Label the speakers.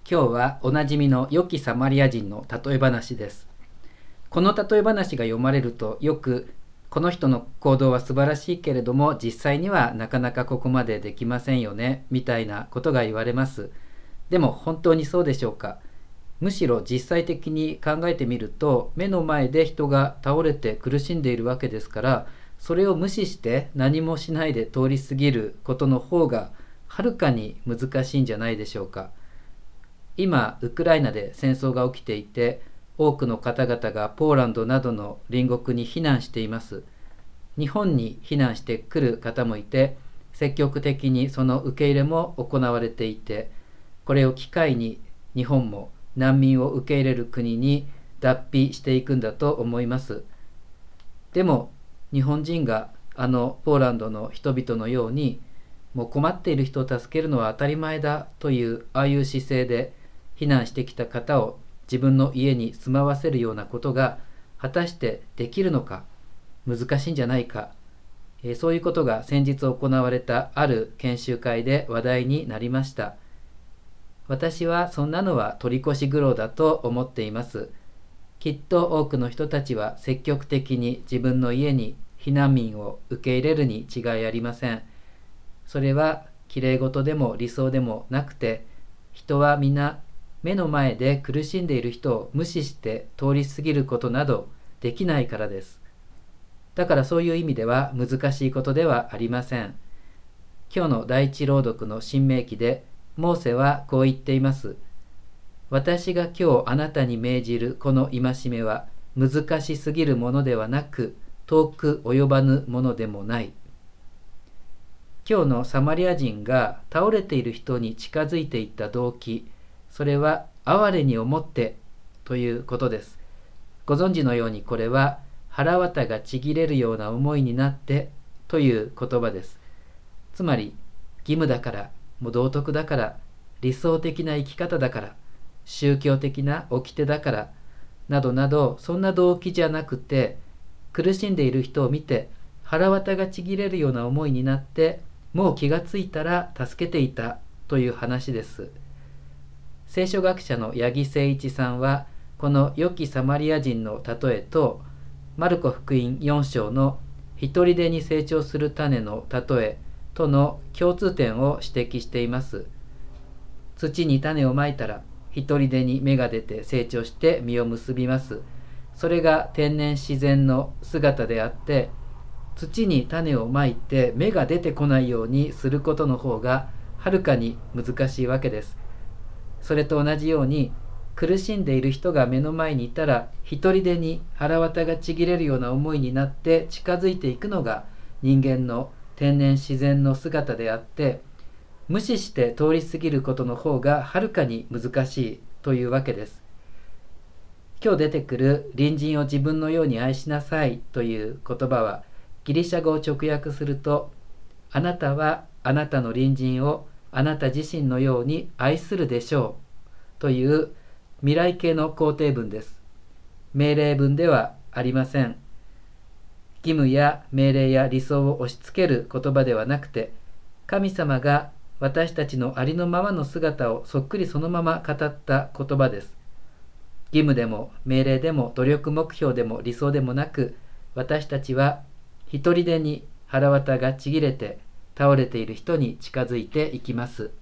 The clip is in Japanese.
Speaker 1: 今日はおなじみの良きサマリア人の例え話です。この例え話が読まれるとよくこの人の行動は素晴らしいけれども実際にはなかなかここまでできませんよねみたいなことが言われます。でも本当にそうでしょうか。むしろ実際的に考えてみると目の前で人が倒れて苦しんでいるわけですから、それを無視して何もしないで通り過ぎることの方がはるかに難しいんじゃないでしょうか。今ウクライナで戦争が起きていて、多くの方々がポーランドなどの隣国に避難しています。日本に避難してくる方もいて、積極的にその受け入れも行われていて、これを機会に日本も難民を受け入れる国に脱皮していくんだと思います。でも日本人がポーランドの人々のように、もう困っている人を助けるのは当たり前だというああいう姿勢で避難してきた方を自分の家に住まわせるようなことが果たしてできるのか、難しいんじゃないか、そういうことが先日行われたある研修会で話題になりました。私はそんなのは取り越し苦労だと思っています。きっと多くの人たちは積極的に自分の家に避難民を受け入れるに違いありません。それはきれい事でも理想でもなくて、人は皆目の前で苦しんでいる人を無視して通り過ぎることなどできないからです。だからそういう意味では難しいことではありません。今日の第一朗読の新明記でモーセはこう言っています。私が今日あなたに命じるこの戒めは難しすぎるものではなく、遠く及ばぬものでもない。今日のサマリア人が倒れている人に近づいていった動機、それは哀れに思ってということです。ご存知のようにこれは腹渡がちぎれるような思いになってという言葉です。つまり義務だから、もう道徳だから、理想的な生き方だから、宗教的な掟だからなどなど、そんな動機じゃなくて、苦しんでいる人を見て腹渡がちぎれるような思いになって、もう気がついたら助けていたという話です。聖書学者の八木誠一さんは、この良きサマリア人の例えとマルコ福音4章の一人でに成長する種の例えとの共通点を指摘しています。土に種をまいたら一人でに芽が出て成長して実を結びます。それが天然自然の姿であって、土に種をまいて芽が出てこないようにすることの方がはるかに難しいわけです。それと同じように、苦しんでいる人が目の前にいたら一人でに腹渡がちぎれるような思いになって近づいていくのが人間の天然自然の姿であって、無視して通り過ぎることの方がはるかに難しいというわけです。今日出てくる隣人を自分のように愛しなさいという言葉は、ギリシャ語を直訳すると、あなたはあなたの隣人をあなた自身のように愛するでしょうという未来形の肯定文です。命令文ではありません。義務や命令や理想を押し付ける言葉ではなくて、神様が私たちのありのままの姿をそっくりそのまま語った言葉です。義務でも命令でも努力目標でも理想でもなく、私たちは一人でに腹渡がちぎれて倒れている人に近づいていきます。